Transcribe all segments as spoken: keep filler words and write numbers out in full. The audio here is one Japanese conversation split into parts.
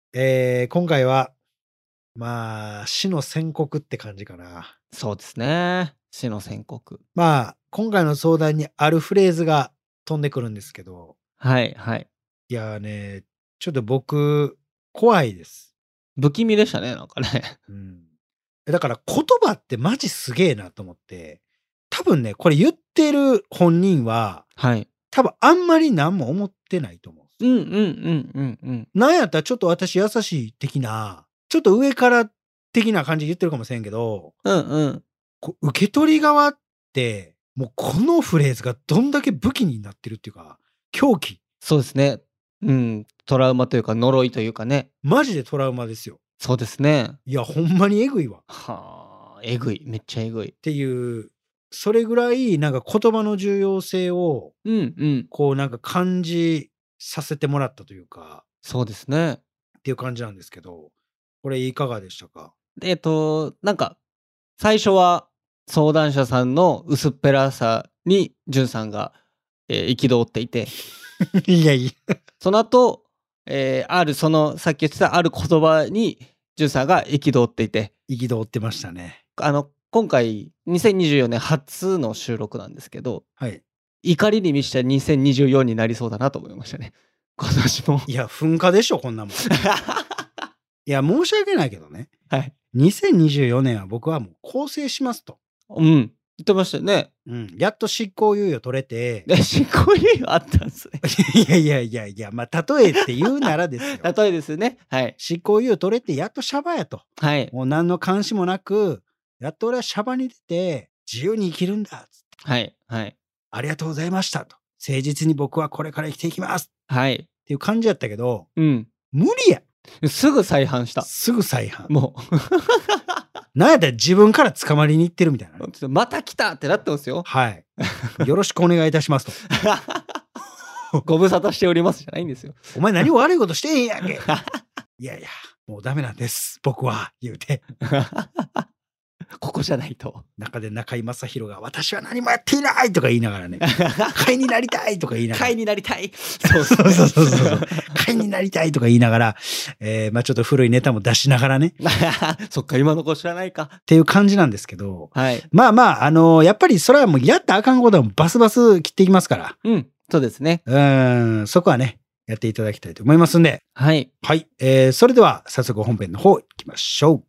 えー、今回は、まあ、死の宣告って感じかな。 そうですね。死の宣告。 まあ、今回の相談にあるフレーズが飛んでくるんですけど、 はいはい。 いやーね、ちょっと僕、怖いです。 不気味でしたね、なんかね。 うん。だから言葉ってマジすげえなと思って、多分ね、これ言ってる本人は、 はい。 多分あんまり何も思ってないと思う。 うんうんうんうんうん。 なんやったらちょっと私優しい的な、ちょっと上から的な感じで言ってるかもしれんけど、 うんうん。 こう受け取り側って、もうこのフレーズがどんだけ武器になってるっていうか、狂気。 そうですね。うん。トラウマというか呪いというかね。 マジでトラウマですよ。 そうですね。 いや、ほんまにえぐいわ。っはあ、えぐい。めっちゃえぐい。 ていう、それぐらいなんか言葉の重要性を、 うんうん。 こうなんか感じさせてもらったというか、 そうですね。 っていう感じなんですけど、これいかがでしたか？ でえっと、なんか、最初は相談者さんの薄っぺらさに、じゅんさんが、えー憤っていて、 いやいや。 その後、えーあるそのさっき言ってたある言葉に、じゅんさんが憤っていて、 憤ってましたね。 あの、今回にせんにじゅうよねん初の収録なんですけど、 はい。 怒りに満ちたにせんにじゅうよんになりそうだなと思いましたね。今年も。 いや、噴火でしょ、こんなもん。いや、申し訳ないけどね。 はい。 にせんにじゅうよねんは僕はもう更生しますと。 うん。言ってましたよね。 うん。やっと執行猶予取れて。 で、執行猶予あったんですね。 いやいやいやいや、まあ、例えって言うならですよ。 例えですね。はい。 執行猶予取れて、やっとシャバやと。 はい。 もう何の監視もなく、やっと俺はシャバに出て、自由に生きるんだっつって。 はい。はい。 ありがとうございましたと。誠実に僕はこれから生きていきますはい。 っていう感じやったけど、 うん。 無理や。 すぐ再犯した。 すぐ再犯。 もなんやったら自分から捕まりに行ってるみたいなね。 う。また来たってなってますよ。 はい。よろしくお願いいたしますと。 ご無沙汰しておりますじゃないんですよ。 お前何も悪いことしてへんやんけ。いやいや、もうダメなんです。僕は。言うて。 ここじゃないと。 中で中居正広が、私は何もやっていないとか言いながらね。会になりたいとか言いながら。 会になりたい。 そうそうそうそうそう。会になりたいとか言いながら、えー、まあちょっと古いネタも出しながらね。 そっか、今の子知らないか。 っていう感じなんですけど。 はい。 まあまあ、あのー、やっぱりそれはもうやったらあかんことはバスバス切っていきますから。 うん。そうですね。 うん、そこはね、やっていただきたいと思いますんで。 はい。 はい。えー、それでは早速本編の方行きましょう。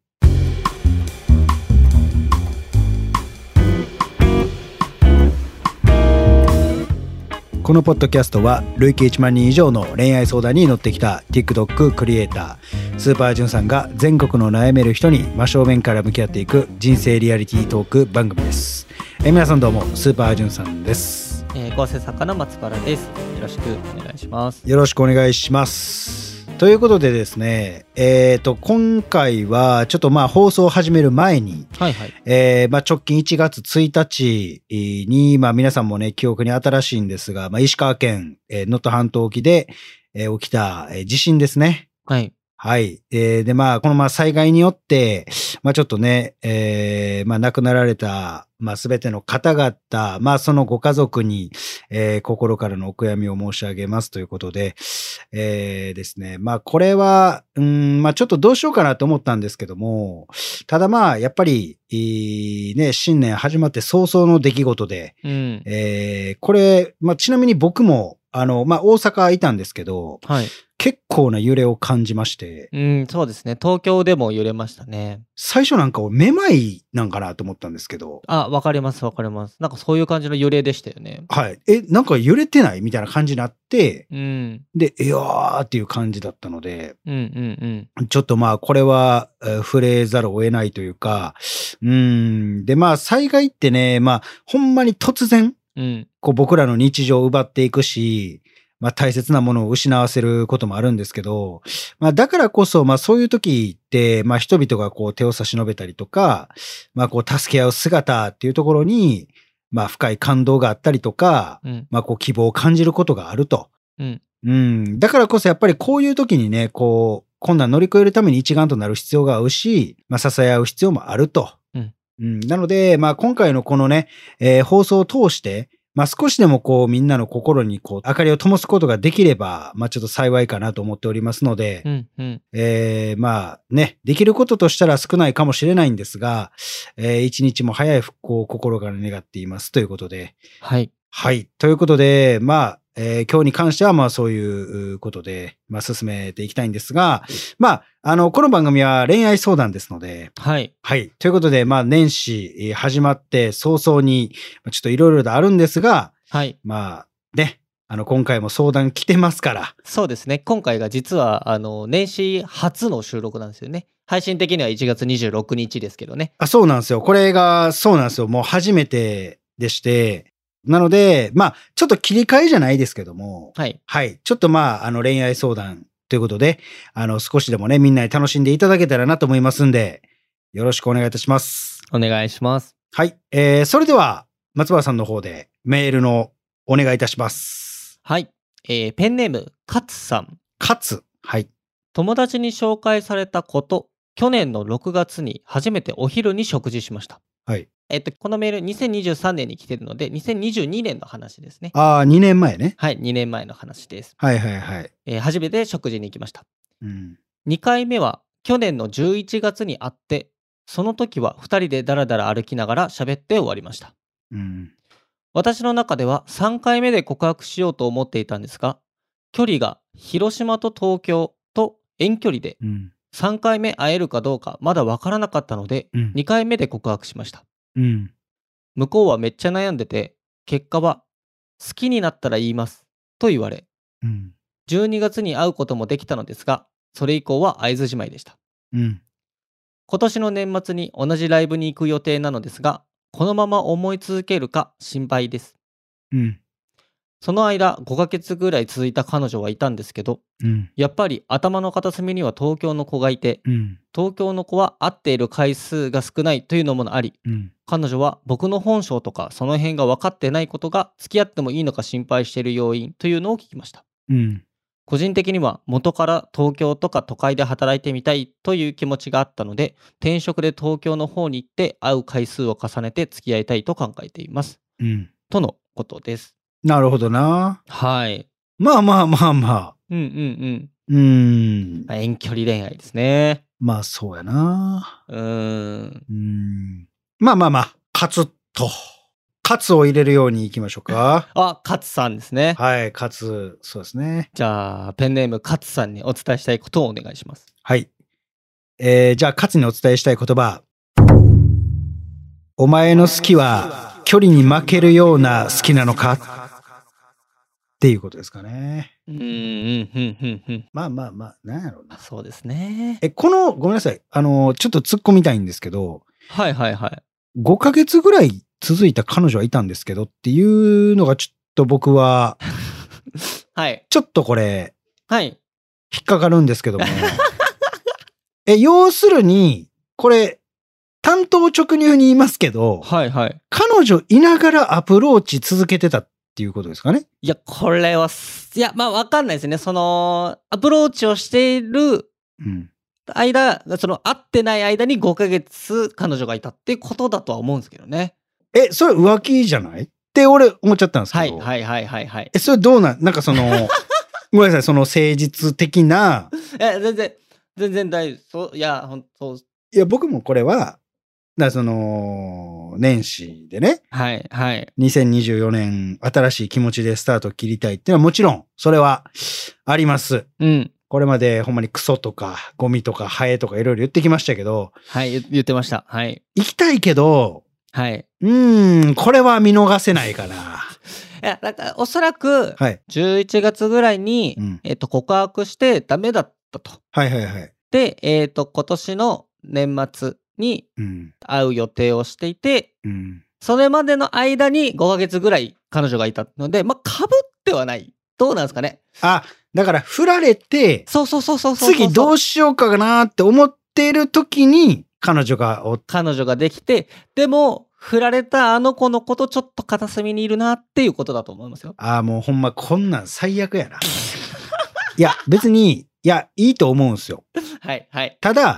このポッドキャストは累計いちまんにん以上の恋愛相談に乗ってきた TikTok クリエイタースーパージュンさんが全国の悩める人に真正面から向き合っていく人生リアリティートーク番組です。えー、皆さんどうもスーパージュンさんです。 えー、構成作家の松原です。よろしくお願いします。 よろしくお願いします。ということでですね、えーと今回はちょっとまあ放送を始める前に、 はいはい。 えーまあ、直近いちがつついたちに、まあ、皆さんもね記憶に新しいんですが、まあ、石川県能登、えー、半島沖で、えー、起きた、えー、地震ですね。 はい。 はい。えー、で、まあ、このまあ災害によって、まあちょっとね、えー、まあ亡くなられた、まあすべての方々、まあそのご家族に、えー、心からのお悔やみを申し上げますということで、えー、ですね。まあこれは、うん、まあちょっとどうしようかなと思ったんですけども、ただまあやっぱり、ね、新年始まって早々の出来事で、 うん。 えー、これ、まあちなみに僕も、あの、まあ大阪いたんですけど、 はい。 結構な揺れを感じまして。 うん、そうですね。東京でも揺れましたね。 最初なんかめまいなんかなと思ったんですけど。 あ、わかりますわかります。なんかそういう感じの揺れでしたよね。 はい。え、なんか揺れてないみたいな感じになって、 うん。 で、いやーっていう感じだったので、 うんうんうん。ちょっとまあこれは、えー、触れざるを得ないというか、うん。でまあ災害ってね、まあほんまに突然、 うん。 こう僕らの日常を奪っていくし、まあ大切なものを失わせることもあるんですけど、まあだからこそ、まあそういう時って、まあ人々がこう手を差し伸べたりとか、まあこう助け合う姿っていうところに、まあ深い感動があったりとか、 うん。 まあこう希望を感じることがあると。 うん。 うん。だからこそやっぱりこういう時にね、こう、困難乗り越えるために一丸となる必要があるし、まあ支え合う必要もあると。 うん。 うん。なので、まあ今回のこのね、えー放送を通して、 まあ少しでもこうみんなの心にこう明かりを灯すことができれば、まあちょっと幸いかなと思っておりますので、 うんうん。 えー、まあね、できることとしたら少ないかもしれないんですが、えー、一日も早い復興を心から願っていますということで。 はい。 はい。ということで、まあ、えー今日に関してはまあそういうことで、まあ進めていきたいんですが、まあ、あの、この番組は恋愛相談ですので、 はい。 はい。ということで、まあ年始えー始まって早々に、まあちょっといろいろとあるんですが、 はい。 まあね、あの、今回も相談来てますから、 そうですね。今回が実は、あの、年始初の収録なんですよね。配信的にはいちがつにじゅうろくにちですけどね。 あ、そうなんですよ。これが、そうなんですよ。もう初めてでして、なので、まあ、ちょっと切り替えじゃないですけども、 はい。 はい。ちょっとまあ、あの、恋愛相談ということで、あの、少しでもね、みんなに楽しんでいただけたらなと思いますんで、よろしくお願いいたします。 お願いします。 はい。えー、それでは、松原さんの方でメールのお願いいたします。 はい。えーペンネーム、カツさん。 かつ、はい。 友達に紹介されたこと、去年のろくがつに初めてお昼に食事しました。 はい。 えっと、このメールにせんにじゅうさんねんに来てるので、にせんにじゅうにねんの話ですね。 ああ、にねんまえね。 はい、にねんまえの話です。 はいはいはい。 えー初めて食事に行きました。 うん。 にかいめは去年のじゅういちがつに会って、その時はふたりでだらだら歩きながら喋って終わりました。 うん。 私の中ではさんかいめで告白しようと思っていたんですが、距離が広島と東京と遠距離でうん。 さんかいめ会えるかどうかまだわからなかったので、 うんにかいめで告白しました。 うん。 向こうはめっちゃ悩んでて、結果は好きになったら言いますと言われ、 うん。 じゅうにがつに会うこともできたのですが、それ以降は会えずじまいでした。 うん。 今年の年末に同じライブに行く予定なのですが、このまま思い続けるか心配です。 うん。 その間ごかげつぐらい続いた彼女はいたんですけど、 うん。 やっぱり頭の片隅には東京の子がいて、 うん。 東京の子は会っている回数が少ないというのもあり、 うん。 彼女は僕の本性とかその辺が分かってないことが付き合ってもいいのか心配している要因というのを聞きました。 うん。 個人的には元から東京とか都会で働いてみたいという気持ちがあったので、転職で東京の方に行って会う回数を重ねて付き合いたいと考えています。 うん。 とのことです。 なるほどな。 はい。 まあまあまあまあ。 うんうんうーんうん。。遠距離恋愛ですね。 まあそうやな。 うーん。 うーん。まあまあまあ。カツと。カツを入れるようにいきましょうか。 あ、勝さんですね。 はい。カツ、そうですね。 じゃあ、ペンネーム勝さんにお伝えしたいことをお願いします。 はい。えー、じゃあカツにお伝えしたい言葉。お前の好きは距離に負けるような好きなのかっていうことですかね。 うんうんうんうんうん。 まあまあまあ、なんやろうな。 そうですね。 え、この、ごめんなさい。あの、ちょっと突っ込みたいんですけど、 はいはいはい。 ごかげつぐらい続いた彼女はいたんですけどっていうのがちょっと僕は、 はい。 ちょっとこれ、 はい。 引っかかるんですけども。え、要するに、これ、単刀直入に言いますけど、 はいはい。 彼女いながらアプローチ続けてたっていうことですかね。 いや、これはす、いや、まあわかんないですね。その、アプローチをしているうん。 間、その、会ってない間にごかげつ彼女がいたってことだとは思うんですけどね。 え、それ浮気じゃないって俺思っちゃったんですけど。 はいはいはいはいはい。 え、それどうなんなんかその、ごめんなさい、その誠実的な、 え、全然、全然大丈夫。そう、いや、ほんと、 いや、僕もこれは、だからその、年始でね、 はいはい。 にせんにじゅうよねん、新しい気持ちでスタート切りたいっていうのはもちろん、それはあります。 うん。 これまでほんまにクソとか、ゴミとか、ハエとかいろいろ言ってきましたけど、 はい、言言ってました。はい。 行きたいけど、 はい。 うーん、これは見逃せないかな。 いや、なんか、おそらく、 はい。 じゅういちがつぐらいに、 うんえっと、告白してダメだったと。 はいはいはい。 で、えっと、今年の年末にうん。 会う予定をしていて、 うん。 それまでの間にごかげつぐらい彼女がいたので、まあ、被ってはない。どうなんですかね。 あ、だから振られて、 そうそうそうそうそうそう。 次どうしようかなって思ってる時に、彼女がお、 彼女ができて、でも、振られたあの子のことちょっと片隅にいるなっていうことだと思いますよ。 ああ、もうほんまこんなん最悪やな。いや、別に、いや、いいと思うんすよ。 はいはい。 ただ、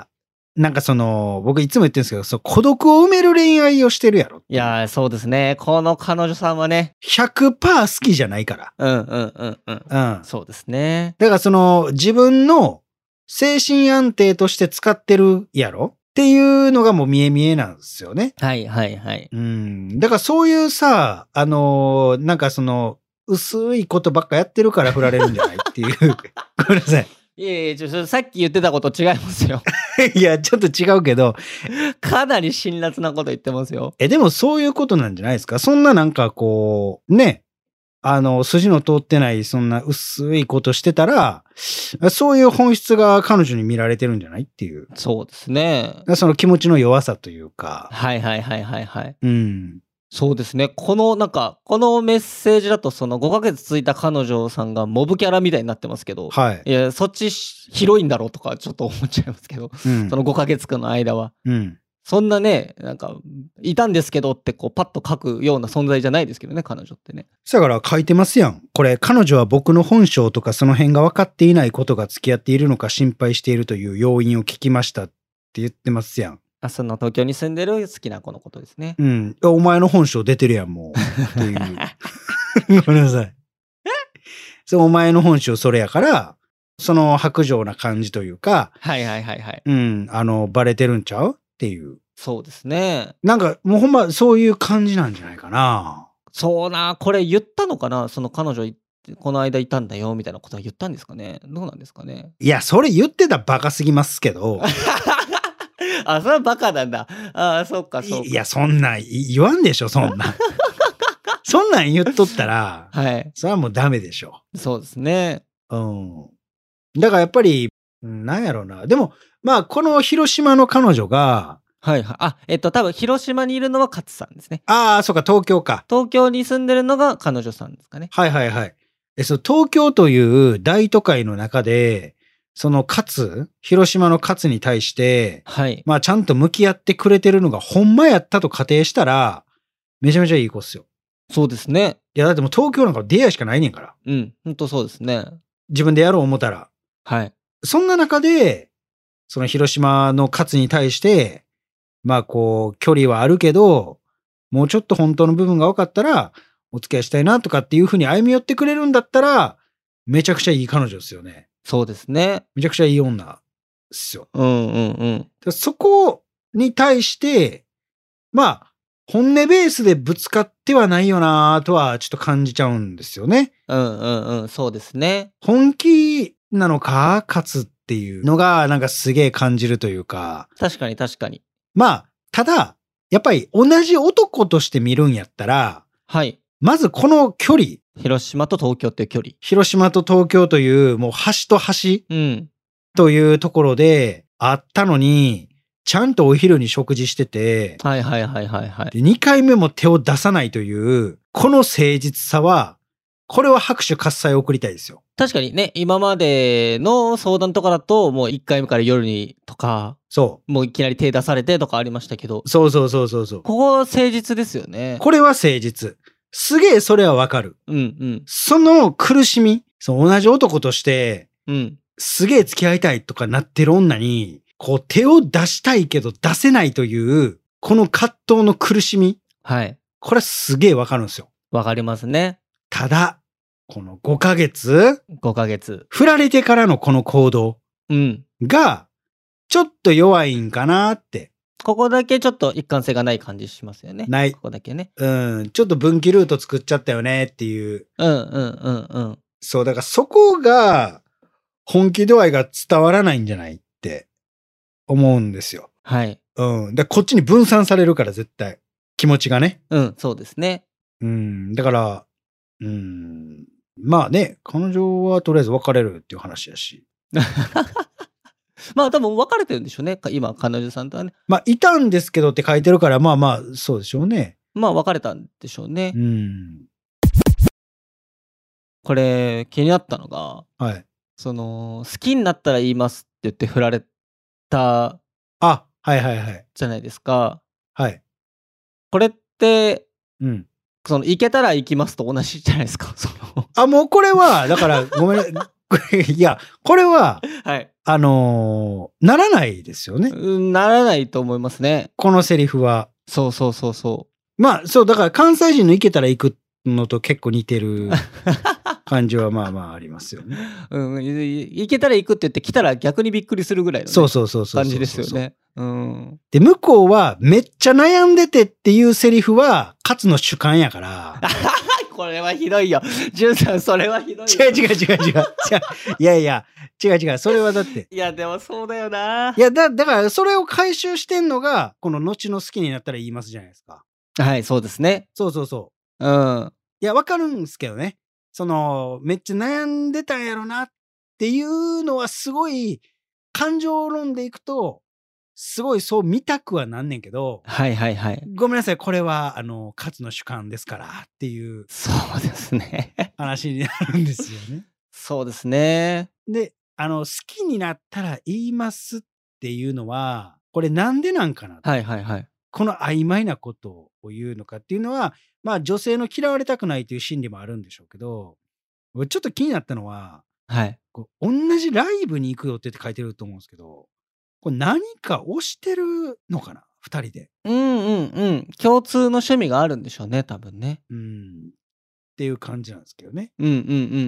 なんかその、僕いつも言ってるんですけど、そう孤独を埋める恋愛をしてるやろ。 いやー、そうですね。この彼女さんはね。 ひゃくパーセント好きじゃないから。 うんうんうんうん。 うん。 そうですね。 だからその、自分の精神安定として使ってるやろっていうのがもう見え見えなんですよね。 はいはいはい。 うん。だからそういうさ、あのーなんかその、薄いことばっかやってるから振られるんじゃないっていう。ごめんなさい。 いやいや、ちょっとさっき言ってたこと違いますよ。 いや、ちょっと違うけど。 かなり辛辣なこと言ってますよ。 え、でもそういうことなんじゃないですか。そんななんかこう、ね、あの、筋の通ってない、そんな薄いことしてたら、そういう本質が彼女に見られてるんじゃないっていう。 そうですね。 その気持ちの弱さというか。 はいはいはいはいはい。 うん。 そうですね。このなんか、このメッセージだとそのごかげつ続いた彼女さんがモブキャラみたいになってますけど、 はい。 いや、そっち広いんだろうとかちょっと思っちゃいますけど、 うん、 そのごかげつかんの間は。 うん。 そんなね、なんか、いたんですけどってこうパッと書くような存在じゃないですけどね、彼女ってね。 だから書いてますやん。これ、彼女は僕の本性とかその辺が分かっていないことが付き合っているのか心配しているという要因を聞きましたって言ってますやん。 あ、その東京に住んでる好きな子のことですね。 うん。お前の本性出てるやん、もう。っていう。ごめんなさい。そう、お前の本性それやから、その薄情な感じというか、 はいはいはいはい。 うん、あの、バレてるんちゃうっていう。 そうですね。 なんか、もうほんまそういう感じなんじゃないかな。 そうな、これ言ったのかな、その彼女いこの間いたんだよみたいなことは言ったんですかね。どうなんですかね。 いや、それ言ってたらバカすぎますけど。 あ、それはバカなんだ。ああ、そうかそうか。 いや、そんなん言わんでしょ、そんなん。そんなん言っとったら、 はい。 それはもうダメでしょ。 そうですね。 うん。だからやっぱり、なんやろうな。でも、まあ、この広島の彼女が、 はいはい。あ、えっと、多分広島にいるのは勝さんですね。 ああ、そうか、東京か。 東京に住んでるのが彼女さんですかね。 はいはいはい。え、そう、東京という大都会の中で、その勝、広島の勝に対して、 はい。 まあちゃんと向き合ってくれてるのがほんまやったと仮定したら、めちゃめちゃいい子っすよ。 そうですね。 いや、だってもう東京なんか出会いしかないねんから。 うん、ほんとそうですね。 自分でやろう思ったら。 はい。 そんな中で、その広島の勝に対して、まあこう、距離はあるけど、もうちょっと本当の部分が分かったら、お付き合いしたいなとかっていうふうに歩み寄ってくれるんだったら、めちゃくちゃいい彼女ですよね。 そうですね。 めちゃくちゃいい女ですよ。 うんうんうん。 そこに対して、まあ、本音ベースでぶつかってはないよなとはちょっと感じちゃうんですよね。 うんうんうん、そうですね。 本気なのか勝つっていうのがなんかすげえ感じるというか。 確かに確かに。 まあ、ただ、やっぱり同じ男として見るんやったら、 はい。 まずこの距離。 広島と東京っていう距離。 広島と東京というもう端と端うん。 というところであったのに、ちゃんとお昼に食事してて、 はいはいはいはいはい。 でにかいめも手を出さないという、この誠実さは、これは拍手喝采を送りたいですよ。 確かにね、今までの相談とかだと、もういっかいめから夜にとか、 そもういきなり手出されてとかありましたけど、 う。そうそうそうそうそう。 ここは誠実ですよね。 これは誠実。すげえそれはわかる。 うんうん。 その苦しみ、その同じ男として、 うん。 すげえ付き合いたいとかなってる女に、こう手を出したいけど出せないという、この葛藤の苦しみ。 はい。 これはすげえわかるんですよ。 わかりますね。 ただ、このごかげつ、 ごかげつ。 振られてからのこの行動うん。 が、ちょっと弱いんかなって。 ここだけちょっと一貫性がない感じしますよね。 ない。 ここだけね。 うん。ちょっと分岐ルート作っちゃったよねっていう。 うんうんうんうん。 そう、だからそこが、本気度合いが伝わらないんじゃないって思うんですよ。 はい。 うん。だからこっちに分散されるから絶対。気持ちがね。 うん、そうですね。 うん。だから、うん。まあね、彼女はとりあえず別れるっていう話やし。 まあ多分別れてるんでしょうね。今、彼女さんとはね。 まあ、いたんですけどって書いてるから、まあまあ、そうでしょうね。 まあ別れたんでしょうね。 うん。 これ、気になったのが、 はい。 その、好きになったら言いますって言って振られたあ、はいはいはい。 じゃないですか。 はい。 これって、 うん。 その、行けたら行きますと同じじゃないですか。そのあ、もうこれは、だから、ごめん、いや、これは、 はい。 あのーならないですよね。 うんならないと思いますね。 このセリフは。 そうそうそうそまあ、そう、だから関西人の行けたら行くのと結構似てるう。 感じはまあまあありますよね。 うん、いい行けたら行くって言って来たら逆にびっくりするぐらいのね、 そうそうそうそうそうそう。 感じですよね。うん。 で、向こうはめっちゃ悩んでてっていうセリフは勝の主観やから。 これはひどいよ。じゅんさん、それはひどいよ。 違う違う違う違う。違ういやいや、違う違う。それはだって。 いや、でもそうだよな。 いや、だ、だからそれを回収してんのが、この後の好きになったら言いますじゃないですか。 はい、そうですね。 そうそうそう。 うん。 いや、わかるんですけどね。その、めっちゃ悩んでたんやろなっていうのはすごい、感情論でいくと、すごいそう見たくはなんねんけど、 はいはいはい。 ごめんなさい、これは、あの、勝の主観ですからっていうそうですね。 話になるんですよね。 そうですね。 で、あの、好きになったら言いますっていうのは、これなんでなんかな、 はいはいはい。 この曖昧なことを言うのかっていうのは、まあ女性の嫌われたくないという心理もあるんでしょうけど、俺ちょっと気になったのは、 はい。 こう同じライブに行くよってって書いてると思うんですけど、これ何か推してるのかな二人で。 うんうんうん。共通の趣味があるんでしょうね、多分ね。 うん。っていう感じなんですけどね。 うんうんうん。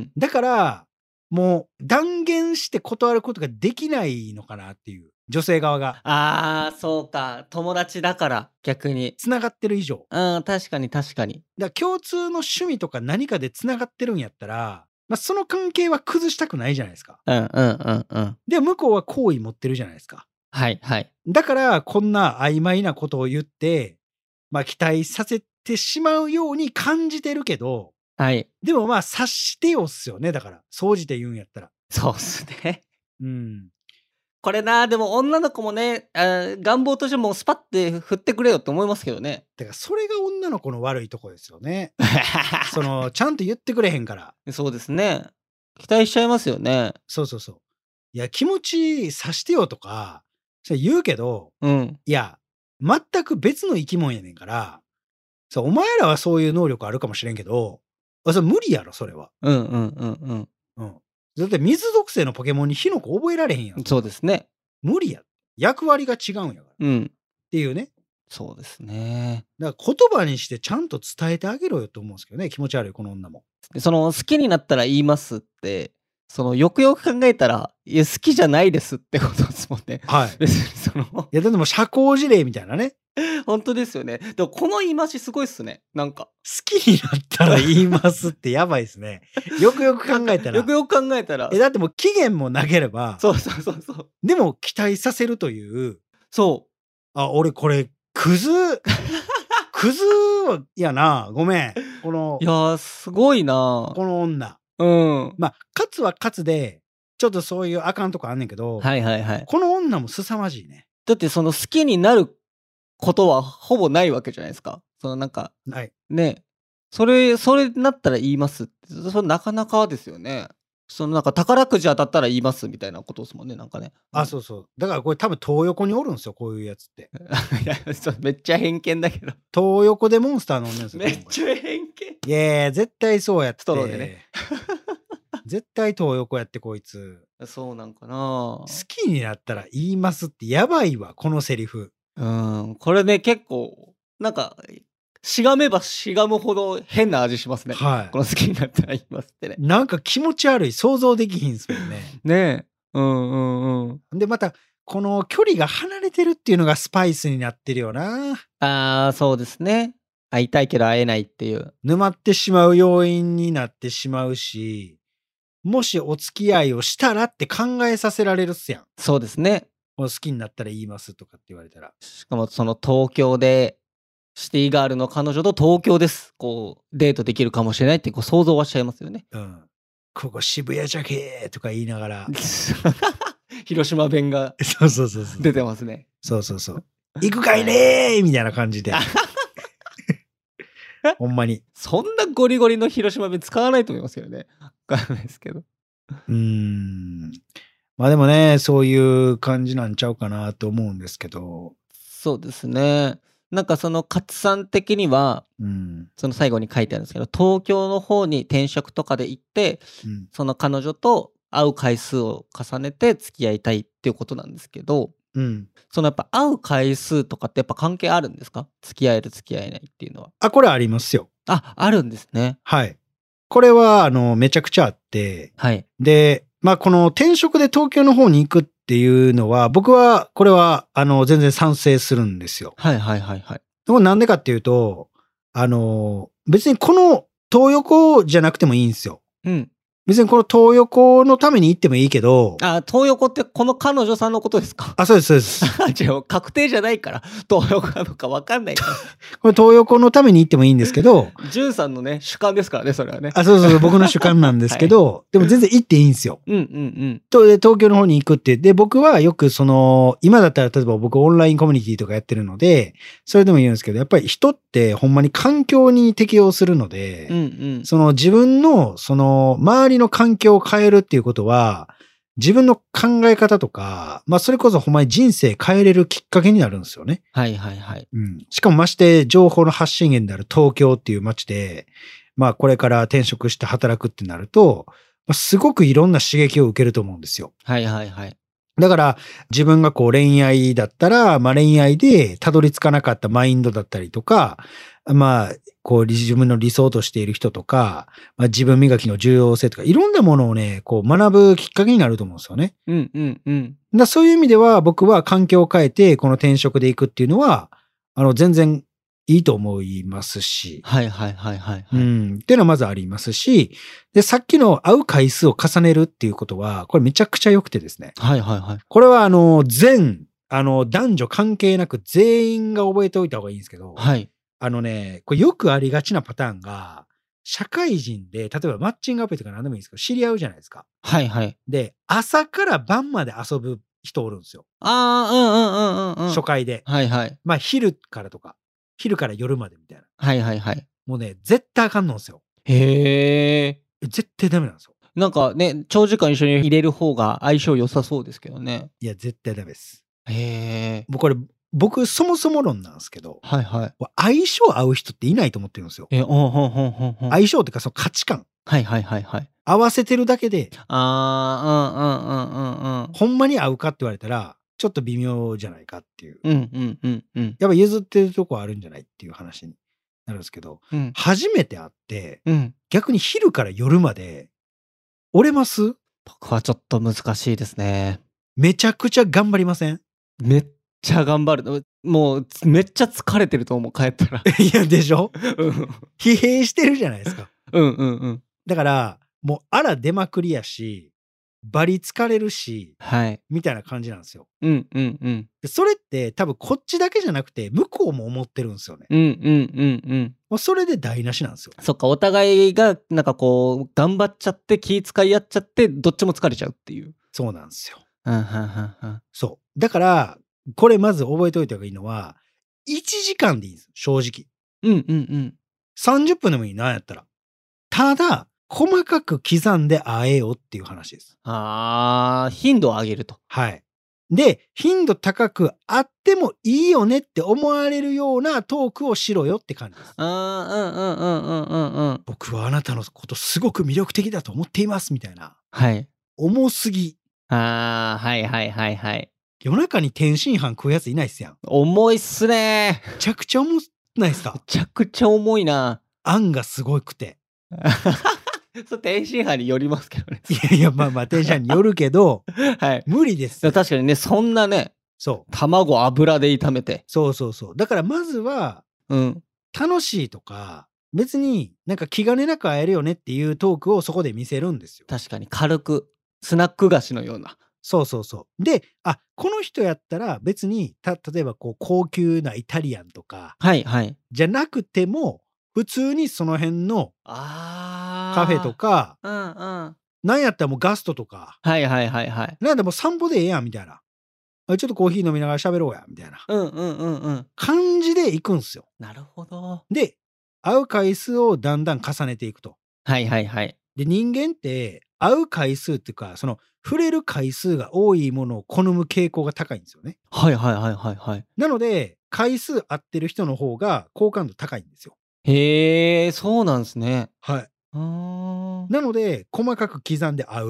だから、もう断言して断ることができないのかなっていう。女性側が。 ああ、そうか。友達だから、逆に。 つながってる以上。 うん、確かに確かに。 だから共通の趣味とか何かでつながってるんやったら、まあ、その関係は崩したくないじゃないですか。 うんうんうんうん。 で、向こうは好意持ってるじゃないですか。 はいはい。 だから、こんな曖昧なことを言って、まあ、期待させてしまうように感じてるけど、 はい。 でもまあ、察してよっすよね。だから、総じて言うんやったら。 そうっすね。 うん。 これな、でも女の子もね、あー願望としてもうスパッて振ってくれよって思いますけどね。 だから、それが女の子の悪いとこですよね。その、ちゃんと言ってくれへんから。 そうですね。期待しちゃいますよね。 そうそうそう。いや、気持ち察してよとか、それ言うけど、 うん。 いや、全く別の生き物やねんから、そう、お前らはそういう能力あるかもしれんけど、あそれ無理やろ、それは。 うんうんうんうん。だって水属性のポケモンに火の粉覚えられへんやん。 うん。そうですね。 無理や。役割が違うんやから。っうん。 ていうね。 そうですね。 だから言葉にしてちゃんと伝えてあげろよと思うんですけどね。気持ち悪い、この女も。 でその好きになったら言いますって、そのよくよく考えたら、いや好きじゃないですってことですもんね。 はい。い別にそのや、でも社交辞令みたいなね。 本当ですよね。でもこの言い回しすごいっすね。なんか。 好きになったら言いますってやばいですね。よくよく考えたら。 よくよく考えたらえ、。だってもう期限もなければ、 そうそうそうそう。 でも期待させるという、 そあ、俺これ、クズ、クズやな。ごめん。このう。い、やー、すごいな。 この女。 うん。 まあ、勝つは勝つで、ちょっとそういうあかんとこあんねんけど、 はいはいはい。 この女も凄まじいね。 だってその好きになることはほぼないわけじゃないですか。そのなんか、 はい。 ね、それ、それになったら言いますって、それなかなかですよね。そのなんか宝くじ当たったら言いますみたいなことですもんね、なんかね。 あ、そうそう。だからこれ多分東横におるんですよ、こういうやつって。 いや、そうめっちゃ偏見だけど。 東横でモンスター飲んでるんですよ。 めっちゃ偏見。 いやいや、絶対そうやって。 ストローでね。 絶対東横やってこいつ。 そうなんかな。 好きになったら言いますってやばいわ、このセリフ。 うん、これね、結構、なんか、しがめばしがむほど変な味しますね。 はこの好きになったら言いますってね。 い。なんか気持ち悪い、想像できひんすもんね。 ねえ。うんうんうん。 で、また、この距離が離れてるっていうのがスパイスになってるよな。 ああ、そうですね。会いたいけど会えないっていう。 沼ってしまう要因になってしまうし、もしお付き合いをしたらって考えさせられるっすやん。 そうですね。 もう好きになったら言いますとかって言われたら。 しかもその東京で、シティガールの彼女と東京です。こう、デートできるかもしれないってこう想像はしちゃいますよね。 うん。ここ渋谷じゃけーとか言いながら。 広島弁がそうそうそうそう。 出てますね。 そうそうそう。行くかいねーみたいな感じで。ほんまに。 そんなゴリゴリの広島弁使わないと思いますけどね。わかんないですけど。 うーん。まあでもね、そういう感じなんちゃうかなと思うんですけど。 そうですね。なんかその勝さん的には、 うん。 その最後に書いてあるんですけど、東京の方に転職とかで行って、 うん。 その彼女と会う回数を重ねて付き合いたいっていうことなんですけど、 うん。 そのやっぱ会う回数とかってやっぱ関係あるんですか？付き合える付き合えないっていうのは。 あ、これありますよ。 あ、あるんですね。 はい。これは、あの、めちゃくちゃあって、 はい。 で、まあ、この転職で東京の方に行くっていうのは、僕は、これは、あの、全然賛成するんですよ。 はいはいはいはい。 これなんでかっていうと、あの、別にこの東横じゃなくてもいいんですよ。 うん。 別にこの東横のために行ってもいいけど、 あ、東横ってこの彼女さんのことですか？ あ、そうです、そうです。 あ、違う、確定じゃないから、東横かどうかわかんないかこれ東横のために行ってもいいんですけど、 ら。じゅんさんのね、主観ですからね、それはね。 あ、そうそうそう、僕の主観なんですけど、でも全然行っていいんですよ。 うんうんうん。 とで東京の方に行くって。で、僕はよくその、今だったら例えば僕オンラインコミュニティとかやってるので、それでも言うんですけど、やっぱり人ってほんまに環境に適応するので、 うんうん。 その自分のその周りの環境を変えるっていうことは、自分の考え方とか、まあそれこそほんまに人生変えれるきっかけになるんですよね。 はいはいはい。 うん。しかもまして情報の発信源である東京っていう街で、まあこれから転職して働くってなると、まあすごくいろんな刺激を受けると思うんですよ。 はいはいはい。 だから自分がこう恋愛だったら、まあ恋愛でたどり着かなかったマインドだったりとか、まあこう自分の理想としている人とか、まあ、自分磨きの重要性とか、いろんなものをね、こう学ぶきっかけになると思うんですよね。 うんうんうん。 だそういう意味では僕は環境を変えてこの転職で行くっていうのは、あの全然いいと思いますし、 はいはいはいはいはい。 うん、っていうのはまずありますし、で、さっきの会う回数を重ねるっていうことは、これめちゃくちゃ良くてですね。 はいはいはい。 これはあの、全、あの、男女関係なく全員が覚えておいた方がいいんですけど、 はい。 あのね、これよくありがちなパターンが、社会人で、例えばマッチングアプリとか何でもいいんですけど、知り合うじゃないですか。 はいはい。 で、朝から晩まで遊ぶ人おるんですよ。 ああ、うんうんうんうんうん。 初回で。 はいはい。 まあ、昼からとか、昼から夜までみたいな。 はいはいはい。 もうね、絶対あかんのんですよ。 へえ。 え絶対ダメなんですよ。 なんかね、長時間一緒に入れる方が相性良さそうですけどね。 いや、絶対ダメです。 へえ。 僕これ、僕そもそも論なんですけど、 はいはい。 相性合う人っていないと思ってるんですよ。 え、ほんほんほんほんほん。 相性っていうかその価値観。 はいはいはいはい。 合わせてるだけで、 ああ、うんうんうんうんうん。 ほんまに合うかって言われたら、ちょっと微妙じゃないかっていう。 うんうんうんうん。 やっぱ譲ってるとこあるんじゃないっていう話になるんですけど、 うん。 初めて会って、 うん。 逆に昼から夜まで、折れます？ 僕はちょっと難しいですね。 めちゃくちゃ頑張りません？ めっちゃ頑張る。うもう、めっちゃ疲れてると思う、帰ったら。 いや、でしょ？ うん。 疲弊してるじゃないですか。 うんうんうん。 だから、もうあら出まくりやし、バリ疲れるし、 はい。 みたいな感じなんですよ。 うんうんうん。 でそれって多分こっちだけじゃなくて、向こうも思ってるんですよね。 うんうんうんうん。 もうそれで台無しなんですよ。 そっか、お互いがなんかこう、頑張っちゃって、気遣い合っちゃって、どっちも疲れちゃうっていう。 そうなんですよ。 うん、はんはんはん。 そう。だから、これまず覚えておいた方がいいのは、いちじかんでいいんです。正直。 うんうんうん。 さんじゅっぷんでもいいな、やったら。ただ、細かく刻んで会えよっていう話です。 ああ、頻度を上げると。 はい。で、頻度高く会ってもいいよねって思われるようなトークをしろよって感じです。 ああ、うんうんうんうんうんうん。 僕はあなたのことすごく魅力的だと思っていますみたいな。 はい。 重すぎ。 ああ、はいはいはいはい。 夜中に天津飯食うやついないっすやん。 重いっすね。 めちゃくちゃ重ないっすめか？ ちゃくちゃ重いな。 あんがすごくて。 それ天津飯によりますけどね。 いやいや、まあまあ、天津飯によるけど、 はい。 無理ですよ。 でも確かにね、そんなね、 そう。 卵油で炒めて。 そうそうそう。だからまずは、 うん。 楽しいとか、別になんか気兼ねなく会えるよねっていうトークをそこで見せるんですよ。 確かに軽く、スナック菓子のような。 そうそうそう。で、あ、この人やったら別に、た、例えばこう高級なイタリアンとか、 はいはい。 じゃなくても、普通にその辺のああ。 カフェとか、 うんうん。 なんやったらもうガストとか、 はいはいはいはい。 なんだもう散歩でええやんみたいな。あちょっとコーヒー飲みながら喋ろうや、みたいなうんうんうんうん。 感じで行くんすよ。 なるほど。 で、会う回数をだんだん重ねていくと。 はいはいはい。 で、人間って会う回数っていうか、その触れる回数が多いものを好む傾向が高いんですよね。 はいはいはいはいはい。 なので、回数合ってる人の方が好感度高いんですよ。 へえ、そうなんすね。 はい。 うーん。 なので、細かく刻んで会う。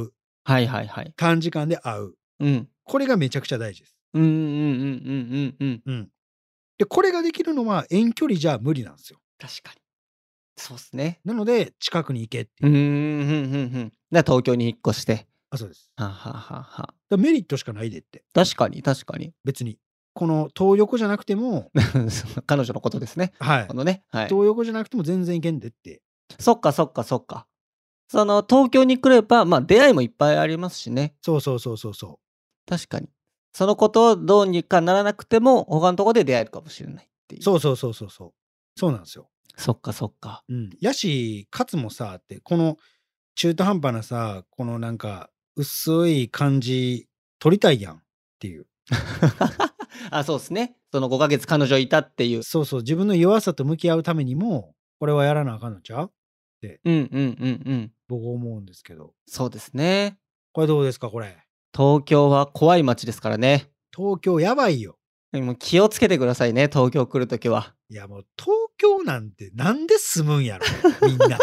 はいはいはい。 短時間で会う。 うん。 これがめちゃくちゃ大事です。 うんうんうんうんうんうん。 うん。で、これができるのは遠距離じゃ無理なんですよ。 確かに。そうっすね。 なので、近くに行けっていう。 うーん、ふんふんふん。で、東京に引っ越して。 あ、そうです。 はあはあはあはあ。 だメリットしかないでって。 確かに確かに。 別に。この東横じゃなくても、 彼女のことですね。 はい。 このね、はい。 東横じゃなくても全然行けんでって。 そっかそっかそっか。その東京に来れば、まあ、出会いもいっぱいありますしね。 そうそうそうそうそう。 確かに。そのことをどうにかならなくても、他のところで出会えるかもしれないっていう。 そうそうそうそうそう。そうなんですよ。 そっかそっか。 うん。やし、かつもさ、って、この中途半端なさ、このなんか、薄い感じ、取りたいやんっていう。 あ、そうですね。そのごかげつ彼女いたっていう。 そうそう、自分の弱さと向き合うためにも、これはやらなあかんのちゃうってうんうんうんうん。 僕思うんですけど。 そうですね。 これどうですかこれ。 東京は怖い街ですからね。 東京やばいよ。 でも気をつけてくださいね、東京来るときは。 いやもう東京なんてなんで住むんやろみんな。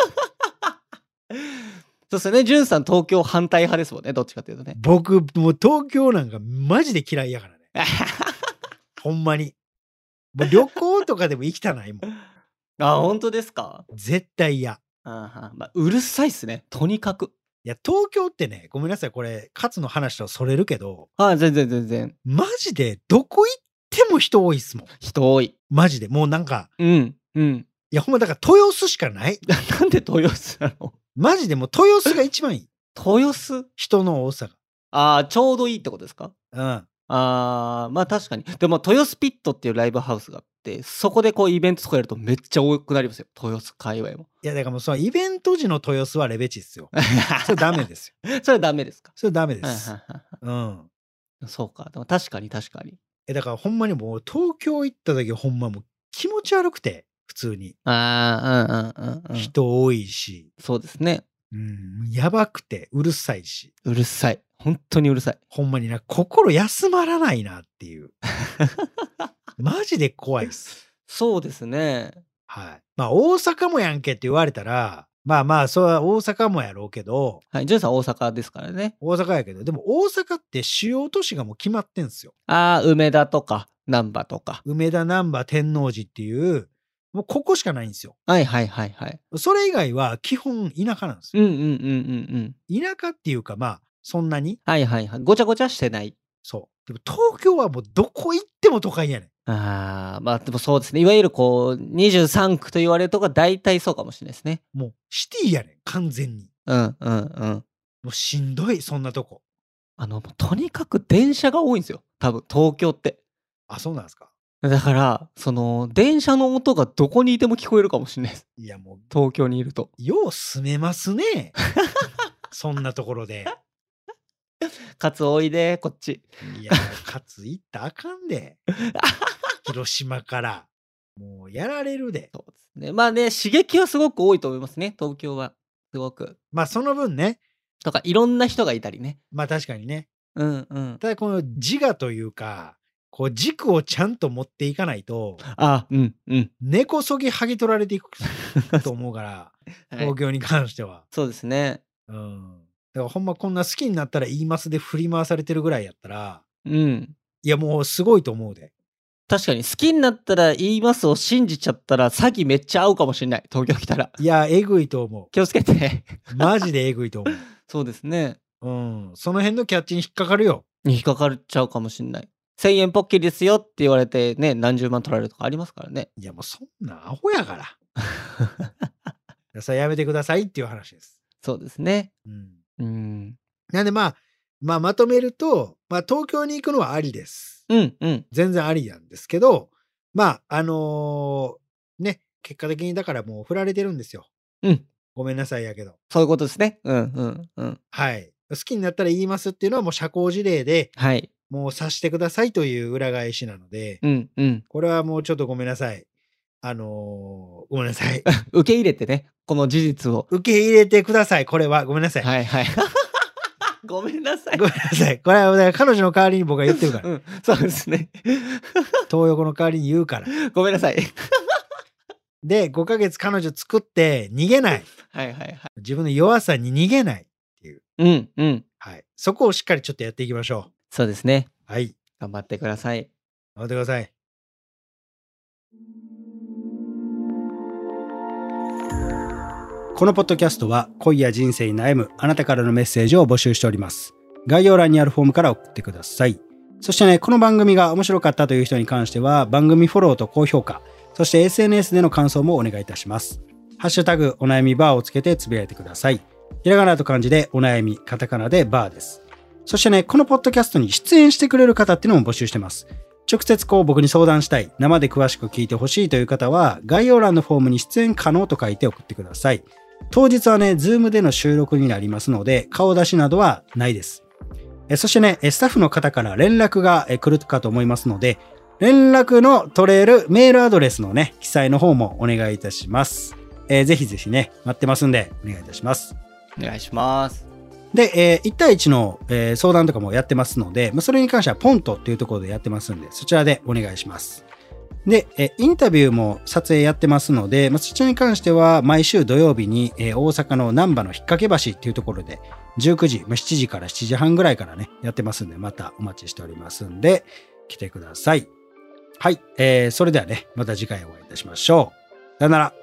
そうですよね、じゅんさん東京反対派ですもんね、どっちかというとね。 僕もう東京なんかマジで嫌いやからね。ほんまに。もう旅行とかでも行きたないもん。 あ、本当ですか？ 絶対嫌。 あは、ま、うるさいっすね、とにかく。 いや、東京ってね、ごめんなさい、これ、勝の話とそれるけど、 はい、全然全然。 マジでどこ行っても人多いっすもん。 人多い。 マジで。もうなんか、 うん、うん。 いやほんまだから豊洲しかない。 なんで豊洲なの？ マジでもう豊洲が一番いい。 豊洲？ 人の多さああ、ちょうどいいってことですか？ が。うん。 ああ、ま、確かに。でも豊洲ピットっていうライブハウスがあって、そこでこうイベントとかやるとめっちゃ多くなりますよ、豊洲界隈も。 いやだからもうそのイベント時の豊洲はレベチっすよ。それダメですよ。 それダメですか？ それダメではいす。 はいはいうん。 はい。そうか、でも確かに確かに。 え、だからほんまにもう東京行った時ほんまもう気持ち悪くて、普通に。 ああ、うんうんうんうん。 人多いし、 そうですね。 うん、やばくてうるさいし、 うるさい。ほんとにうるさい。 ほんまにな、心休まらないなっていう。マジで怖いっす。 そうですね。 はい。まあ大阪もやんけって言われたら、まあまあ、それは大阪もやろうけど、 はい、ジュンさん大阪ですからね。 大阪やけど、でも大阪って主要都市がもう決まってんすよ。 ああ、梅田とか難波とか。 梅田、難波、天王寺っていう、もうここしかないんですよ。 はいはいはいはい。 それ以外は基本田舎なんですよ。 うんうんうんうんうん。 田舎っていうかまあ、そんなに。 はいはいはい。ごちゃごちゃしてない。 そう。でも東京はもうどこ行っても都会やねん。 ああ、まあ、でもそうですね。いわゆるこう、にじゅうさんくと言われるとこが大体そうかもしれないですね。 もうシティやねん、完全に。 うんうんうん。 もうしんどい、そんなとこ。 あの、とにかく電車が多いんですよ。多分、東京って。 あ、そうなんですか。 だから、その、電車の音がどこにいても聞こえるかもしれないです。 いやもう、 東京にいると。 よう住めますね。そんなところで。 かつおいで、こっち。 いや、かつ行ったらあかんで。広島から。もうやられるで。 そうですね。まあね、刺激はすごく多いと思いますね、東京は。すごく。 まあその分ね、 とか、いろんな人がいたりね。 まあ確かにね。 うんうん。 ただこの自我というか、こう軸をちゃんと持っていかないと、 あ、うんうん。 根こそぎ剥ぎ取られていくと思うから、 はい東京に関しては。 そうですね。 うん。だからほんまこんな好きになったら言いますで振り回されてるぐらいやったら、 うん。 いやもうすごいと思うで。 確かに好きになったら言いますを信じちゃったら詐欺めっちゃ合うかもしれない。東京来たら。 いや、えぐいと思気をつけて。 う。マジでえぐいと思そうですね。 う。うん。その辺のキャッチに引っかかるよ。 引っかかっちゃうかもしれない。せんえんポッキリですよって言われてね、何十万取られるとかありますからね。 いやもうそんなアホやから。それやめてくださいっていう話です。 そうですね。 うん。 うん。 なんでまあ、まあまとめると、まあ東京に行くのはありです。 うんうん。 全然ありなんですけど、まあ、あのーね、結果的にだからもう振られてるんですよ。 うん。 ごめんなさいやけど。 そういうことですね。うんうんうん。 はい。好きになったら言いますっていうのはもう社交辞令で、 はい。 もう察してくださいという裏返しなので、 うんうん。 これはもうちょっとごめんなさい。あのーごめんなさい。 受け入れてね、この事実を。 受け入れてください。これはごめんなさい。 はいはい。ごめんなさい。 ごめんなさい。これは彼女の代わりに僕が言ってるから。 うん、そうですね。 東横の代わりに言うから。 ごめんなさい。 で、ごかげつ彼女作って逃げない。 はいはいはい。 自分の弱さに逃げないっていう。 うんうん。 はい。そこをしっかりちょっとやっていきましょそうですね。 う。はい。 頑張ってください。 頑張ってください。このポッドキャストは恋や人生に悩むあなたからのメッセージを募集しております。概要欄にあるフォームから送ってください。そしてね、この番組が面白かったという人に関しては番組フォローと高評価、そして エスエヌエス での感想もお願いいたします。ハッシュタグお悩みバーをつけてつぶやいてください。ひらがなと漢字でお悩み、カタカナでバーです。そしてね、このポッドキャストに出演してくれる方っていうのも募集してます。直接こう僕に相談したい、生で詳しく聞いてほしいという方は概要欄のフォームに出演可能と書いて送ってください。当日はね、ズームでの収録になりますので、顔出しなどはないです。えそしてね、スタッフの方から連絡が来るかと思いますので、連絡の取れるメールアドレスのね、記載の方もお願いいたします。えー、ぜひぜひね、待ってますんで、お願いいたします。 お願いします。 で、えー、いち対いちの、えー、相談とかもやってますので、まあ、それに関してはポントっていうところでやってますんで、そちらでお願いします。で、えインタビューも撮影やってますので、まあ、そちらに関しては毎週土曜日に、えー、大阪の難波の引っ掛け橋っていうところでじゅうくじ、まあ、しちじからしちじはんぐらいからねやってますんで、またお待ちしておりますんで来てください。はい、えー、それではねまた次回お会いいたしましょう。さよなら。